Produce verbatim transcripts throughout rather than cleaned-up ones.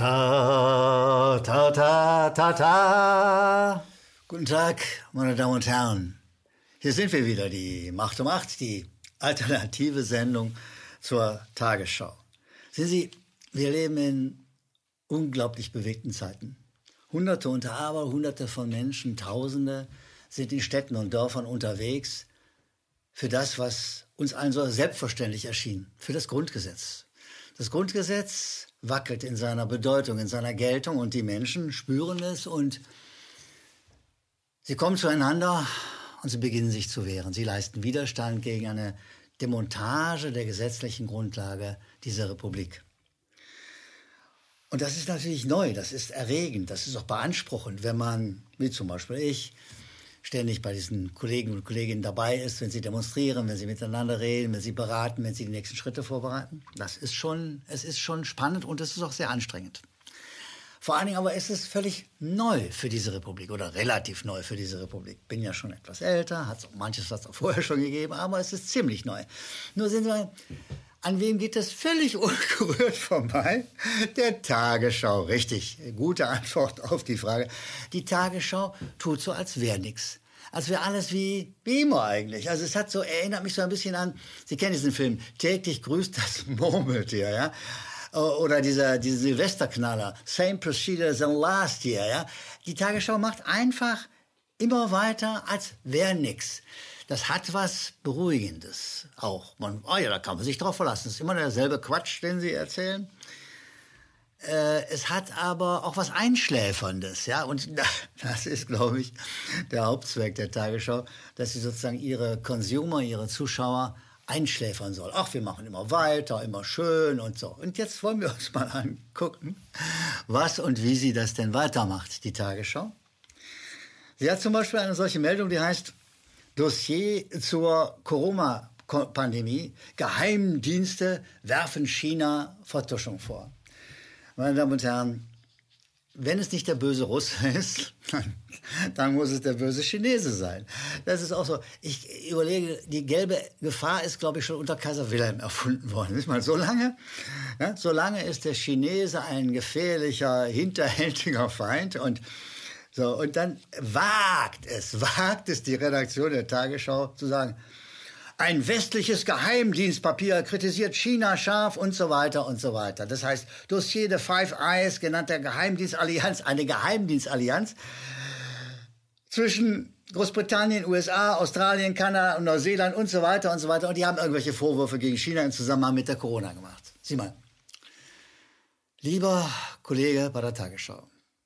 ta, ta, ta, ta, ta. Guten Tag, meine Damen und Herren. Hier sind wir wieder, die Macht um acht, die alternative Sendung zur Tagesschau. Sehen Sie, wir leben in unglaublich bewegten Zeiten. Hunderte und aber Hunderte von Menschen, Tausende sind in Städten und Dörfern unterwegs für das, was uns allen so selbstverständlich erschien, für das Grundgesetz. Das Grundgesetz wackelt in seiner Bedeutung, in seiner Geltung und die Menschen spüren es und sie kommen zueinander und sie beginnen sich zu wehren. Sie leisten Widerstand gegen eine Demontage der gesetzlichen Grundlage dieser Republik. Und das ist natürlich neu, das ist erregend, das ist auch beanspruchend, wenn man, wie zum Beispiel ich, ständig bei diesen Kollegen und Kolleginnen dabei ist, wenn sie demonstrieren, wenn sie miteinander reden, wenn sie beraten, wenn sie die nächsten Schritte vorbereiten. Das ist schon, es ist schon spannend und es ist auch sehr anstrengend. Vor allen Dingen aber ist es völlig neu für diese Republik oder relativ neu für diese Republik. Bin ja schon etwas älter, hat es auch manches was auch vorher schon gegeben, aber es ist ziemlich neu. Nur sind wir, an wem geht es völlig ungerührt vorbei? Der Tagesschau, richtig. Gute Antwort auf die Frage. Die Tagesschau tut so, als wäre nichts. Als wäre alles wie, wie immer eigentlich. Also es hat so, erinnert mich so ein bisschen an, Sie kennen diesen Film, Täglich grüßt das Murmeltier, ja? Oder dieser, dieser Silvesterknaller, Same Procedure than last year, ja? Die Tagesschau macht einfach immer weiter, als wäre nichts. Das hat was Beruhigendes auch. Man, oh ja, da kann man sich drauf verlassen. Das ist immer derselbe Quatsch, den sie erzählen. Äh, es hat aber auch was Einschläferndes, ja. Und das ist, glaube ich, der Hauptzweck der Tagesschau, dass sie sozusagen ihre Consumer, ihre Zuschauer einschläfern soll. Ach, wir machen immer weiter, immer schön und so. Und jetzt wollen wir uns mal angucken, was und wie sie das denn weitermacht, die Tagesschau. Sie hat zum Beispiel eine solche Meldung, die heißt Dossier zur Corona-Pandemie. Geheimdienste werfen China Vertuschung vor. Meine Damen und Herren, wenn es nicht der böse Russe ist, dann muss es der böse Chinese sein. Das ist auch so. Ich überlege, die gelbe Gefahr ist, glaube ich, schon unter Kaiser Wilhelm erfunden worden. Nicht mal so lange. Ja, so lange ist der Chinese ein gefährlicher, hinterhältiger Feind und so, und dann wagt es, wagt es die Redaktion der Tagesschau zu sagen, ein westliches Geheimdienstpapier kritisiert China scharf und so weiter und so weiter. Das heißt, Dossier der Five Eyes, genannter Geheimdienstallianz, eine Geheimdienstallianz zwischen Großbritannien, U S A, Australien, Kanada und Neuseeland und so weiter und so weiter. Und die haben irgendwelche Vorwürfe gegen China im Zusammenhang mit der Corona gemacht. Sieh mal, lieber Kollege bei der Tagesschau,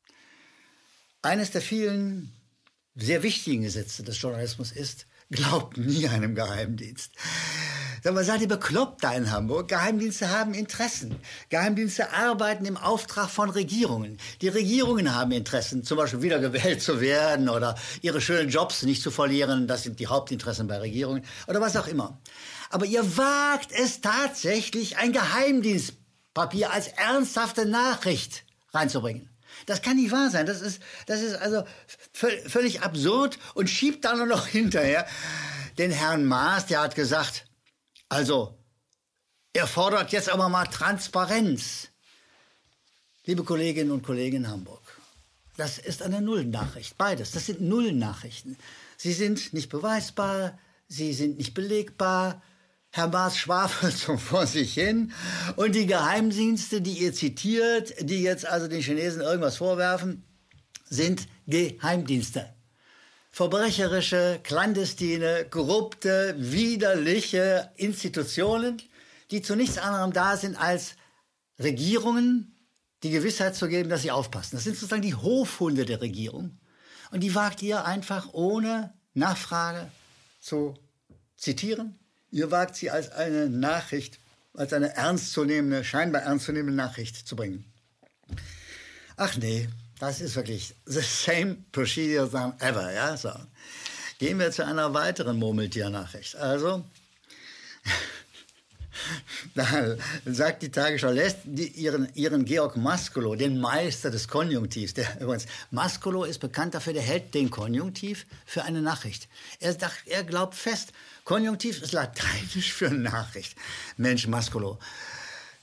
eines der vielen sehr wichtigen Gesetze des Journalismus ist, glaubt nie einem Geheimdienst. Sag mal, seid ihr bekloppt da in Hamburg? Geheimdienste haben Interessen. Geheimdienste arbeiten im Auftrag von Regierungen. Die Regierungen haben Interessen, zum Beispiel wiedergewählt zu werden oder ihre schönen Jobs nicht zu verlieren. Das sind die Hauptinteressen bei Regierungen oder was auch immer. Aber ihr wagt es tatsächlich, ein Geheimdienstpapier als ernsthafte Nachricht reinzubringen. Das kann nicht wahr sein. Das ist, das ist also völlig absurd und schiebt dann noch hinterher den Herrn Maas, der hat gesagt, also, er fordert jetzt aber mal Transparenz. Liebe Kolleginnen und Kollegen in Hamburg, das ist eine Nullnachricht, beides. Das sind Nullnachrichten. Sie sind nicht beweisbar, sie sind nicht belegbar. Herr Maas schwafelt so vor sich hin und die Geheimdienste, die ihr zitiert, die jetzt also den Chinesen irgendwas vorwerfen, sind Geheimdienste. Verbrecherische, clandestine, korrupte, widerliche Institutionen, die zu nichts anderem da sind, als Regierungen die Gewissheit zu geben, dass sie aufpassen. Das sind sozusagen die Hofhunde der Regierung. Und die wagt ihr einfach ohne Nachfrage zu zitieren. Ihr wagt sie als eine Nachricht, als eine ernstzunehmende, scheinbar ernstzunehmende Nachricht zu bringen. Ach nee, das ist wirklich the same procedure than ever, ja, so. Gehen wir zu einer weiteren Murmeltier-Nachricht. Also, da sagt die Tagesschau, lässt die, ihren, ihren Georg Maskolo, den Meister des Konjunktivs, der übrigens, Maskolo ist bekannt dafür, der hält den Konjunktiv für eine Nachricht. Er, dacht, er glaubt fest, Konjunktiv ist lateinisch für Nachricht. Mensch, Maskolo,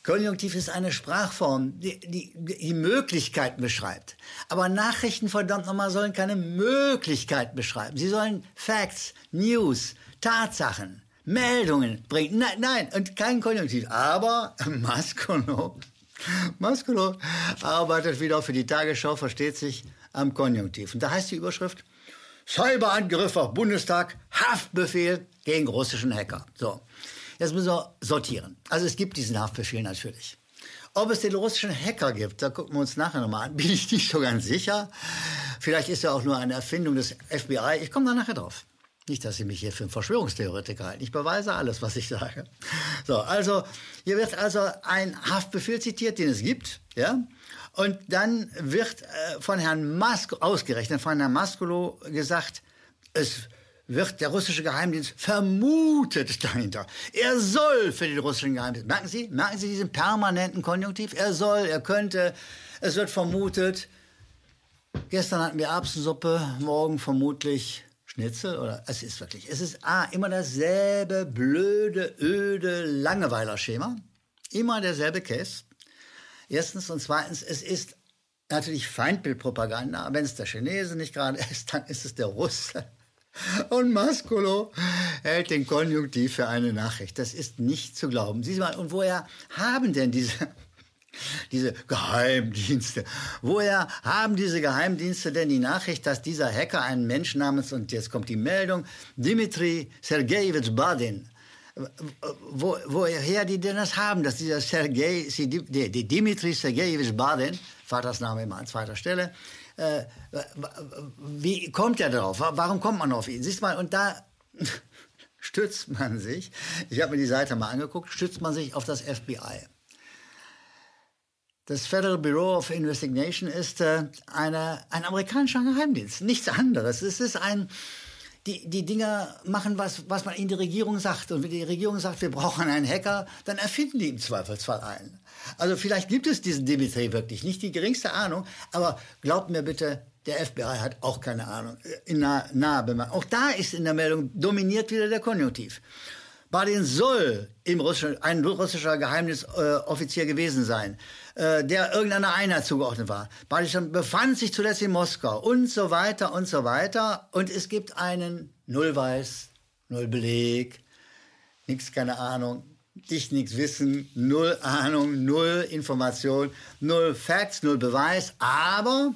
Konjunktiv ist eine Sprachform, die, die die Möglichkeiten beschreibt. Aber Nachrichten, verdammt nochmal, sollen keine Möglichkeiten beschreiben. Sie sollen Facts, News, Tatsachen, Meldungen bringen. Nein, nein, und kein Konjunktiv. Aber Mascolo, Mascolo arbeitet wieder für die Tagesschau, versteht sich, am Konjunktiv. Und da heißt die Überschrift: Cyberangriff auf Bundestag, Haftbefehl gegen russischen Hacker. So. Jetzt müssen wir sortieren. Also es gibt diesen Haftbefehl natürlich. Ob es den russischen Hacker gibt, da gucken wir uns nachher nochmal an, bin ich nicht so ganz sicher. Vielleicht ist er auch nur eine Erfindung des F B I. Ich komme da nachher drauf. Nicht, dass Sie mich hier für einen Verschwörungstheoretiker halten. Ich beweise alles, was ich sage. So, also hier wird also ein Haftbefehl zitiert, den es gibt, ja. Und dann wird äh, von Herrn Mas ausgerechnet von Herrn Mascolo gesagt, es wird der russische Geheimdienst vermutet dahinter. Er soll für den russischen Geheimdienst. Merken Sie? Merken Sie diesen permanenten Konjunktiv? Er soll, er könnte, es wird vermutet. Gestern hatten wir Erbsensuppe, morgen vermutlich Schnitzel. Oder es ist wirklich, es ist ah, immer dasselbe blöde, öde Langeweiler-Schema. Immer derselbe Case. Erstens und zweitens, es ist natürlich Feindbildpropaganda. Wenn es der Chinese nicht gerade ist, dann ist es der Russe. Und Mascolo hält den Konjunktiv für eine Nachricht. Das ist nicht zu glauben. Sieh mal, und woher haben denn diese, diese Geheimdienste, woher haben diese Geheimdienste denn die Nachricht, dass dieser Hacker einen Menschen namens, und jetzt kommt die Meldung, Dmitri Sergejewitsch Badin, wo, woher die denn das haben, dass dieser Sergej, die, die Dmitri Sergejewitsch Badin, Vatersname immer an zweiter Stelle, Äh, wie kommt er darauf? Warum kommt man auf ihn? Siehst mal, und da stützt man sich, ich habe mir die Seite mal angeguckt, stützt man sich auf das F B I. Das Federal Bureau of Investigation ist äh, eine, ein amerikanischer Geheimdienst, nichts anderes. Es ist ein, die, die Dinger machen, was, was man in die Regierung sagt. Und wenn die Regierung sagt, wir brauchen einen Hacker, dann erfinden die im Zweifelsfall einen. Also vielleicht gibt es diesen Dmitri wirklich, nicht die geringste Ahnung, aber glaubt mir bitte, der F B I hat auch keine Ahnung. In nahe, nahe Bemerkung. Auch da ist in der Meldung dominiert wieder der Konjunktiv. Badin soll im Russischen, ein russischer Geheimnisoffizier äh, gewesen sein, äh, der irgendeiner Einheit zugeordnet war. Badin befand sich zuletzt in Moskau und so weiter und so weiter. Und es gibt einen Nullweis, Null Beleg, nix, keine Ahnung. Ich nichts wissen, null Ahnung, null Information, null Facts, null Beweis. Aber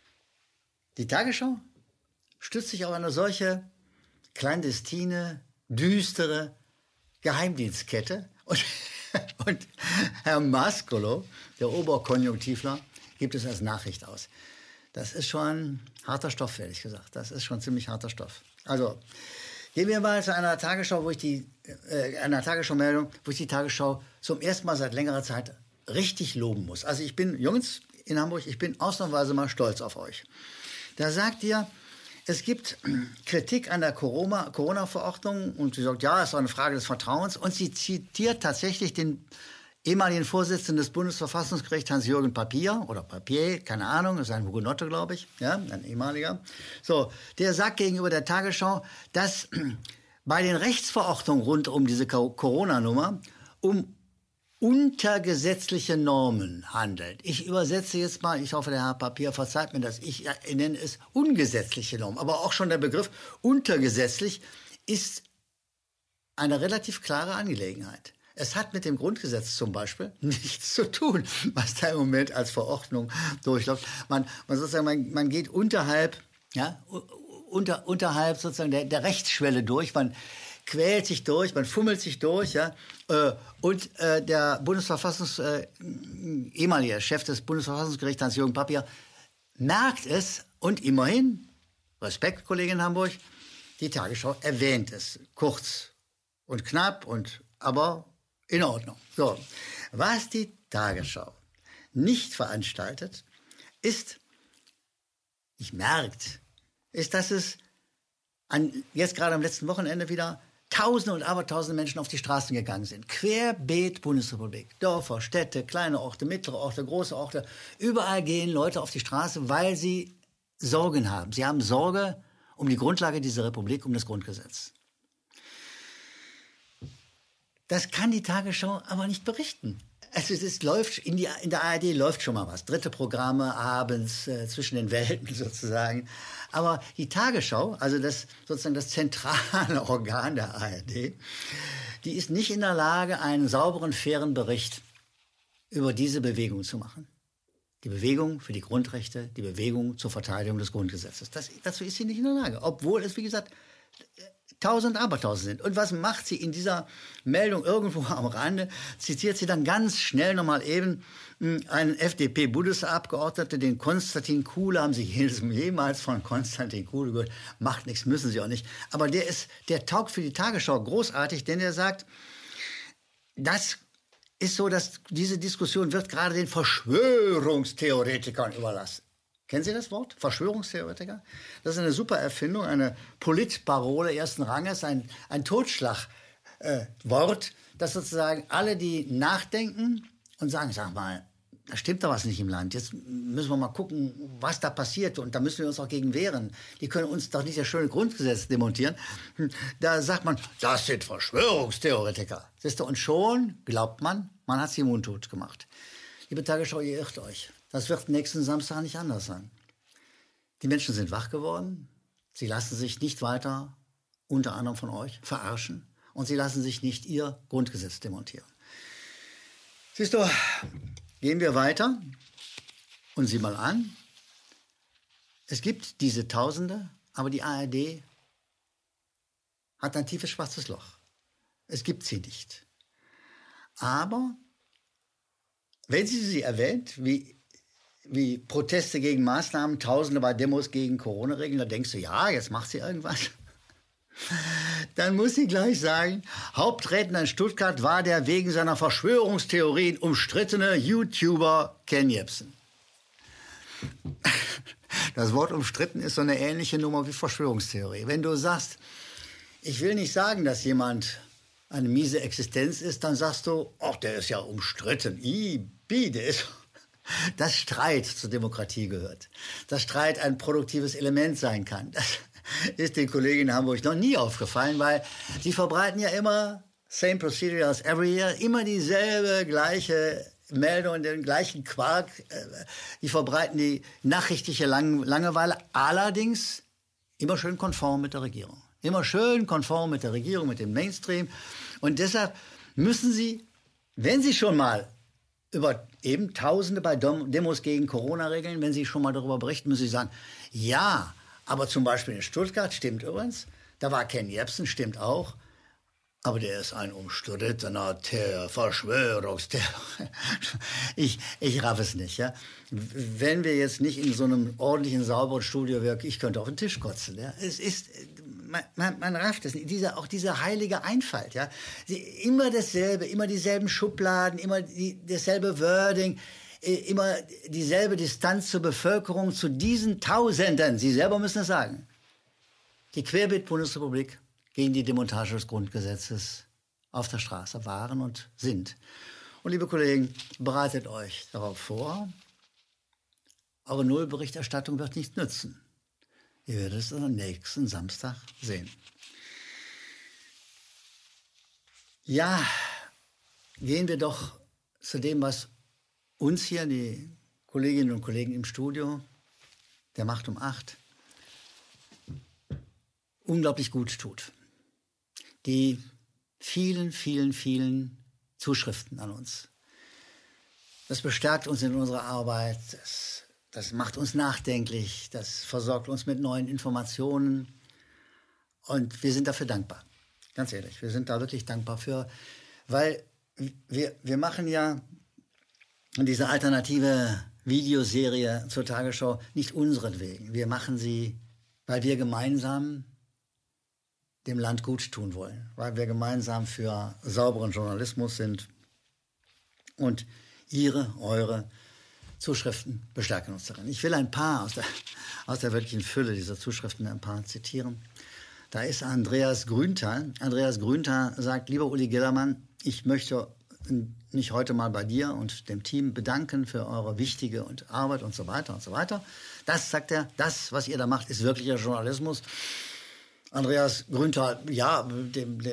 die Tagesschau stützt sich auf eine solche clandestine, düstere Geheimdienstkette. Und, und Herr Mascolo, der Oberkonjunktivler, gibt es als Nachricht aus. Das ist schon harter Stoff, ehrlich gesagt. Das ist schon ziemlich harter Stoff. Also gehen wir mal zu einer Tagesschau, wo ich die, äh, einer Tagesschau-Meldung, wo ich die Tagesschau zum ersten Mal seit längerer Zeit richtig loben muss. Also ich bin, Jungs in Hamburg, ich bin ausnahmsweise mal stolz auf euch. Da sagt ihr, es gibt Kritik an der Corona, Corona-Verordnung und sie sagt, ja, es ist eine Frage des Vertrauens. Und sie zitiert tatsächlich den ehemaligen Vorsitzenden des Bundesverfassungsgerichts, Hans-Jürgen Papier, oder Papier, keine Ahnung, das ist ein Hugenotte, glaube ich, ja, ein ehemaliger. So, der sagt gegenüber der Tagesschau, dass bei den Rechtsverordnungen rund um diese Corona-Nummer um untergesetzliche Normen handelt. Ich übersetze jetzt mal, ich hoffe, der Herr Papier verzeiht mir das, ich nenne es ungesetzliche Normen. Aber auch schon der Begriff untergesetzlich ist eine relativ klare Angelegenheit. Es hat mit dem Grundgesetz zum Beispiel nichts zu tun, was da im Moment als Verordnung durchläuft. Man, man sozusagen, man, man geht unterhalb, ja, unter, unterhalb sozusagen der, der Rechtsschwelle durch. Man quält sich durch, man fummelt sich durch, ja. Und äh, der Bundesverfassungs, äh, ehemaliger Chef des Bundesverfassungsgerichts, Hans-Jürgen Papier, merkt es und immerhin, Respekt, Kollegin Hamburg, die Tagesschau erwähnt es. Kurz und knapp, und aber in Ordnung. So, was die Tagesschau nicht veranstaltet, ist, ich merkt, ist, dass es an, jetzt gerade am letzten Wochenende wieder Tausende und Abertausende Menschen auf die Straßen gegangen sind. Querbeet Bundesrepublik. Dörfer, Städte, kleine Orte, mittlere Orte, große Orte. Überall gehen Leute auf die Straße, weil sie Sorgen haben. Sie haben Sorge um die Grundlage dieser Republik, um das Grundgesetz. Das kann die Tagesschau aber nicht berichten. Also es ist, läuft, in, die, in der A R D läuft schon mal was. Dritte Programme abends äh, zwischen den Welten sozusagen. Aber die Tagesschau, also das sozusagen das zentrale Organ der A R D, die ist nicht in der Lage, einen sauberen, fairen Bericht über diese Bewegung zu machen. Die Bewegung für die Grundrechte, die Bewegung zur Verteidigung des Grundgesetzes. Das, dazu ist sie nicht in der Lage, obwohl es, wie gesagt, tausend Abertausend sind. Und was macht sie in dieser Meldung irgendwo am Rande? Zitiert sie dann ganz schnell nochmal eben einen F D P-Bundesabgeordneten, den Konstantin Kuhle. Haben Sie jemals von Konstantin Kuhle gehört? Macht nichts, müssen Sie auch nicht. Aber der ist, der taugt für die Tagesschau großartig, denn er sagt, das ist so, dass diese Diskussion wird gerade den Verschwörungstheoretikern überlassen. Kennen Sie das Wort? Verschwörungstheoretiker? Das ist eine super Erfindung, eine Politparole ersten Ranges, ein, ein Totschlagwort, äh, das sozusagen alle, die nachdenken und sagen, sag mal, da stimmt doch was nicht im Land. Jetzt müssen wir mal gucken, was da passiert. Und da müssen wir uns auch gegen wehren. Die können uns doch nicht das schöne Grundgesetz demontieren. Da sagt man, das sind Verschwörungstheoretiker. Siehst du, und schon glaubt man, man hat sie mundtot gemacht. Liebe Tagesschau, ihr irrt euch. Das wird nächsten Samstag nicht anders sein. Die Menschen sind wach geworden. Sie lassen sich nicht weiter, unter anderem von euch, verarschen. Und sie lassen sich nicht ihr Grundgesetz demontieren. Siehst du, gehen wir weiter und sieh mal an. Es gibt diese Tausende, aber die A R D hat ein tiefes schwarzes Loch. Es gibt sie nicht. Aber wenn sie sie erwähnt, wie wie Proteste gegen Maßnahmen, Tausende bei Demos gegen Corona-Regeln, da denkst du, ja, jetzt macht sie irgendwas. Dann muss sie gleich sagen, Hauptredner in Stuttgart war der wegen seiner Verschwörungstheorien umstrittene YouTuber Ken Jebsen. Das Wort umstritten ist so eine ähnliche Nummer wie Verschwörungstheorie. Wenn du sagst, ich will nicht sagen, dass jemand eine miese Existenz ist, dann sagst du, ach, der ist ja umstritten. Ibi, der ist... Dass Streit zur Demokratie gehört. Dass Streit ein produktives Element sein kann. Das ist den Kollegen in Hamburg noch nie aufgefallen, weil sie verbreiten ja immer, same procedure as every year, immer dieselbe gleiche Meldung, den gleichen Quark. Die verbreiten die nachrichtliche Lang- Langeweile, allerdings immer schön konform mit der Regierung. Immer schön konform mit der Regierung, mit dem Mainstream. Und deshalb müssen sie, wenn sie schon mal über eben Tausende bei Demos gegen Corona-Regeln, wenn Sie schon mal darüber berichten, müssen Sie sagen, ja, aber zum Beispiel in Stuttgart stimmt übrigens, da war Ken Jebsen, stimmt auch, aber der ist ein umstrittener Verschwörungstheoretiker. Ich, ich raff es nicht. Ja? Wenn wir jetzt nicht in so einem ordentlichen, sauberen Studio wirken, ich könnte auf den Tisch kotzen. Ja? Es ist, man, man, man rafft es nicht. Diese, auch diese heilige Einfalt. Ja? Immer dasselbe, immer dieselben Schubladen, immer die, dasselbe Wording, immer dieselbe Distanz zur Bevölkerung, zu diesen Tausenden. Sie selber müssen es sagen. Die Querbeet-Bundesrepublik gegen die Demontage des Grundgesetzes auf der Straße waren und sind. Und liebe Kollegen, bereitet euch darauf vor, eure Nullberichterstattung wird nichts nützen. Ihr werdet es am nächsten Samstag sehen. Ja, gehen wir doch zu dem, was uns hier, die Kolleginnen und Kollegen im Studio, der Macht um acht, unglaublich gut tut. Die vielen, vielen, vielen Zuschriften an uns. Das bestärkt uns in unserer Arbeit, das, das macht uns nachdenklich, das versorgt uns mit neuen Informationen und wir sind dafür dankbar. Ganz ehrlich, wir sind da wirklich dankbar für, weil wir, wir machen ja diese alternative Videoserie zur Tagesschau nicht unseretwegen. Wir machen sie, weil wir gemeinsam dem Land gut tun wollen, weil wir gemeinsam für sauberen Journalismus sind und Ihre, eure Zuschriften bestärken uns darin. Ich will ein paar aus der, aus der wirklichen Fülle dieser Zuschriften ein paar zitieren. Da ist Andreas Grünthal. Andreas Grünthal sagt, lieber Uli Gellermann, ich möchte mich heute mal bei dir und dem Team bedanken für eure wichtige und Arbeit und so weiter und so weiter. Das, sagt er, das, was ihr da macht, ist wirklicher Journalismus. Andreas Grünthal, ja, dem, dem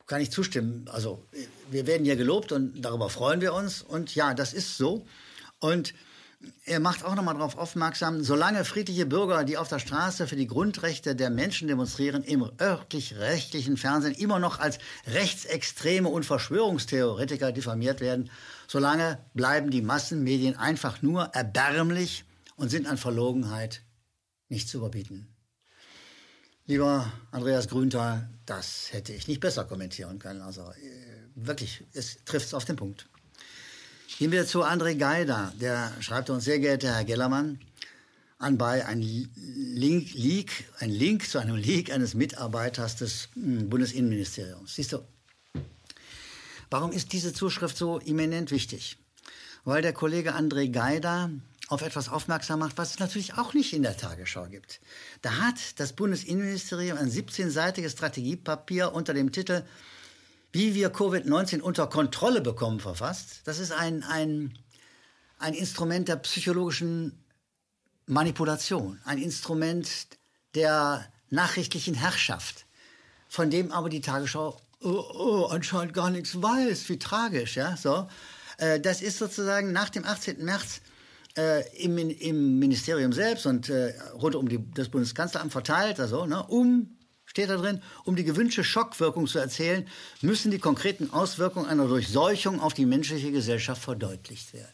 kann ich zustimmen. Also wir werden hier gelobt und darüber freuen wir uns. Und ja, das ist so. Und er macht auch nochmal darauf aufmerksam, solange friedliche Bürger, die auf der Straße für die Grundrechte der Menschen demonstrieren, im örtlich-rechtlichen Fernsehen immer noch als Rechtsextreme und Verschwörungstheoretiker diffamiert werden, solange bleiben die Massenmedien einfach nur erbärmlich und sind an Verlogenheit nicht zu überbieten. Lieber Andreas Grünthal, das hätte ich nicht besser kommentieren können. Also wirklich, es trifft es auf den Punkt. Gehen wir zu André Gaida, der schreibt uns: Sehr geehrter Herr Gellermann, anbei ein Link, Leak, ein Link zu einem Leak eines Mitarbeiters des Bundesinnenministeriums. Siehst du, warum ist diese Zuschrift so eminent wichtig? Weil der Kollege André Gaida auf etwas aufmerksam macht, was es natürlich auch nicht in der Tagesschau gibt. Da hat das Bundesinnenministerium ein siebzehnseitiges Strategiepapier unter dem Titel Wie wir Covid neunzehn unter Kontrolle bekommen verfasst. Das ist ein, ein, ein Instrument der psychologischen Manipulation, ein Instrument der nachrichtlichen Herrschaft, von dem aber die Tagesschau oh, oh, anscheinend gar nichts weiß. Wie tragisch, ja, so. Äh, das ist sozusagen nach dem achtzehnten März äh, im, im Ministerium selbst und äh, rund um die, das Bundeskanzleramt verteilt, also, ne, um, steht da drin, um die gewünschte Schockwirkung zu erzielen, müssen die konkreten Auswirkungen einer Durchseuchung auf die menschliche Gesellschaft verdeutlicht werden.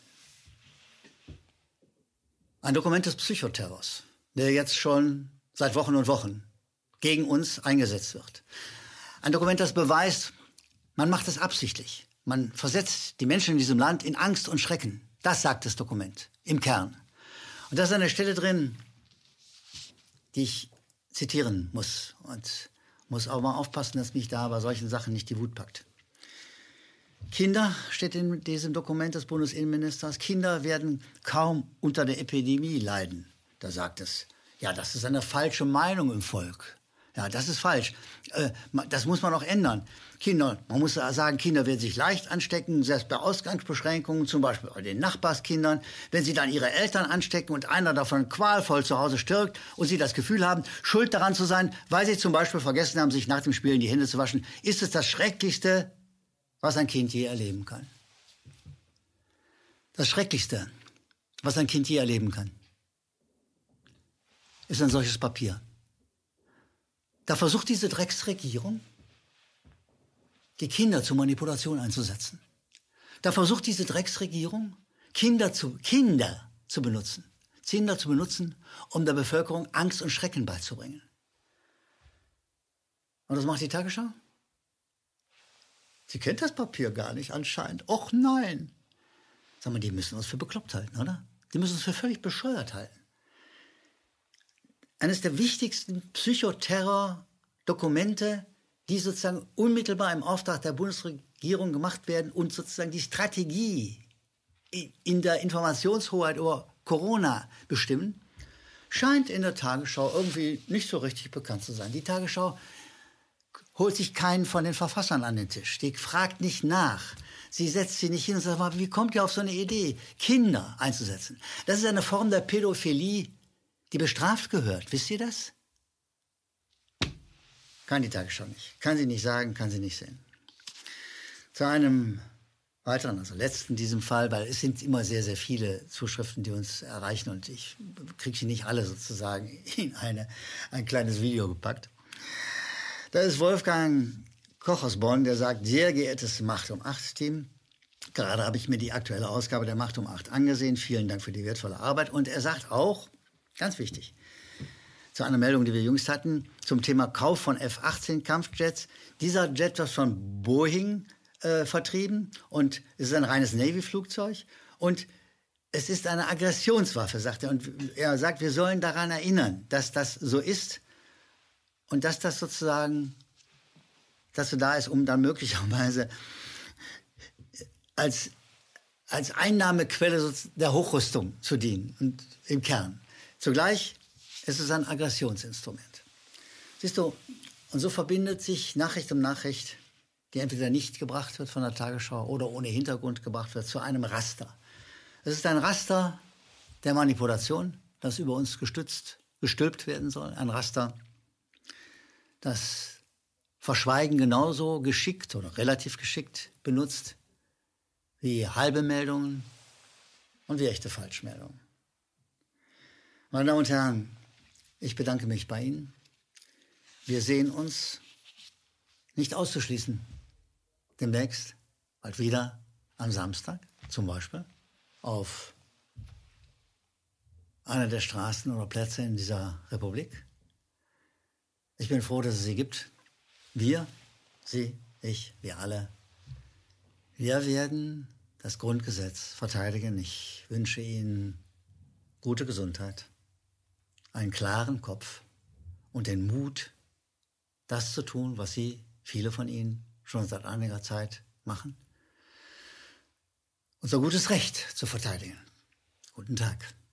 Ein Dokument des Psychoterrors, der jetzt schon seit Wochen und Wochen gegen uns eingesetzt wird. Ein Dokument, das beweist, man macht es absichtlich. Man versetzt die Menschen in diesem Land in Angst und Schrecken. Das sagt das Dokument im Kern. Und da ist eine Stelle drin, die ich zitieren muss. Und muss auch mal aufpassen, dass mich da bei solchen Sachen nicht die Wut packt. Kinder, steht in diesem Dokument des Bundesinnenministers, Kinder werden kaum unter der Epidemie leiden. Da sagt es, ja, das ist eine falsche Meinung im Volk. Ja, das ist falsch. Äh, das muss man auch ändern. Kinder, man muss sagen, Kinder werden sich leicht anstecken, selbst bei Ausgangsbeschränkungen, zum Beispiel bei den Nachbarskindern. Wenn sie dann ihre Eltern anstecken und einer davon qualvoll zu Hause stirbt und sie das Gefühl haben, schuld daran zu sein, weil sie zum Beispiel vergessen haben, sich nach dem Spielen die Hände zu waschen, ist es das Schrecklichste, was ein Kind je erleben kann. Das Schrecklichste, was ein Kind je erleben kann, ist ein solches Papier. Da versucht diese Drecksregierung, die Kinder zur Manipulation einzusetzen. Da versucht diese Drecksregierung, Kinder zu, Kinder zu benutzen. Kinder zu benutzen, um der Bevölkerung Angst und Schrecken beizubringen. Und was macht die Tagesschau? Sie kennt das Papier gar nicht anscheinend. Och nein. Sag mal, die müssen uns für bekloppt halten, oder? Die müssen uns für völlig bescheuert halten. Eines der wichtigsten Psychoterror-Dokumente, die sozusagen unmittelbar im Auftrag der Bundesregierung gemacht werden und sozusagen die Strategie in der Informationshoheit über Corona bestimmen, scheint in der Tagesschau irgendwie nicht so richtig bekannt zu sein. Die Tagesschau holt sich keinen von den Verfassern an den Tisch. Die fragt nicht nach. Sie setzt sie nicht hin und sagt, wie kommt ihr auf so eine Idee, Kinder einzusetzen? Das ist eine Form der Pädophilie, die bestraft gehört. Wisst ihr das? Kann die Tagesschau nicht. Kann sie nicht sagen, kann sie nicht sehen. Zu einem weiteren, also letzten in diesem Fall, weil es sind immer sehr, sehr viele Zuschriften, die uns erreichen und ich kriege sie nicht alle sozusagen in eine, ein kleines Video gepackt. Da ist Wolfgang Koch aus Bonn, der sagt, sehr geehrtes Macht um acht Team, gerade habe ich mir die aktuelle Ausgabe der Macht um acht angesehen. Vielen Dank für die wertvolle Arbeit. Und er sagt auch, ganz wichtig, zu einer Meldung, die wir jüngst hatten, zum Thema Kauf von F achtzehn Kampfjets. Dieser Jet wird von Boeing äh, vertrieben und es ist ein reines Navy-Flugzeug und es ist eine Aggressionswaffe, sagt er. Und er sagt, wir sollen daran erinnern, dass das so ist und dass das sozusagen, dass so da ist, um dann möglicherweise als, als Einnahmequelle der Hochrüstung zu dienen und im Kern. Zugleich ist es ein Aggressionsinstrument. Siehst du, und so verbindet sich Nachricht um Nachricht, die entweder nicht gebracht wird von der Tagesschau oder ohne Hintergrund gebracht wird, zu einem Raster. Es ist ein Raster der Manipulation, das über uns gestützt, gestülpt werden soll. Ein Raster, das Verschweigen genauso geschickt oder relativ geschickt benutzt wie halbe Meldungen und wie echte Falschmeldungen. Meine Damen und Herren, ich bedanke mich bei Ihnen. Wir sehen uns nicht auszuschließen demnächst, bald wieder am Samstag zum Beispiel auf einer der Straßen oder Plätze in dieser Republik. Ich bin froh, dass es sie gibt. Wir, Sie, ich, wir alle, wir werden das Grundgesetz verteidigen. Ich wünsche Ihnen gute Gesundheit, einen klaren Kopf und den Mut, das zu tun, was Sie, viele von Ihnen, schon seit einiger Zeit machen. Unser gutes Recht zu verteidigen. Guten Tag.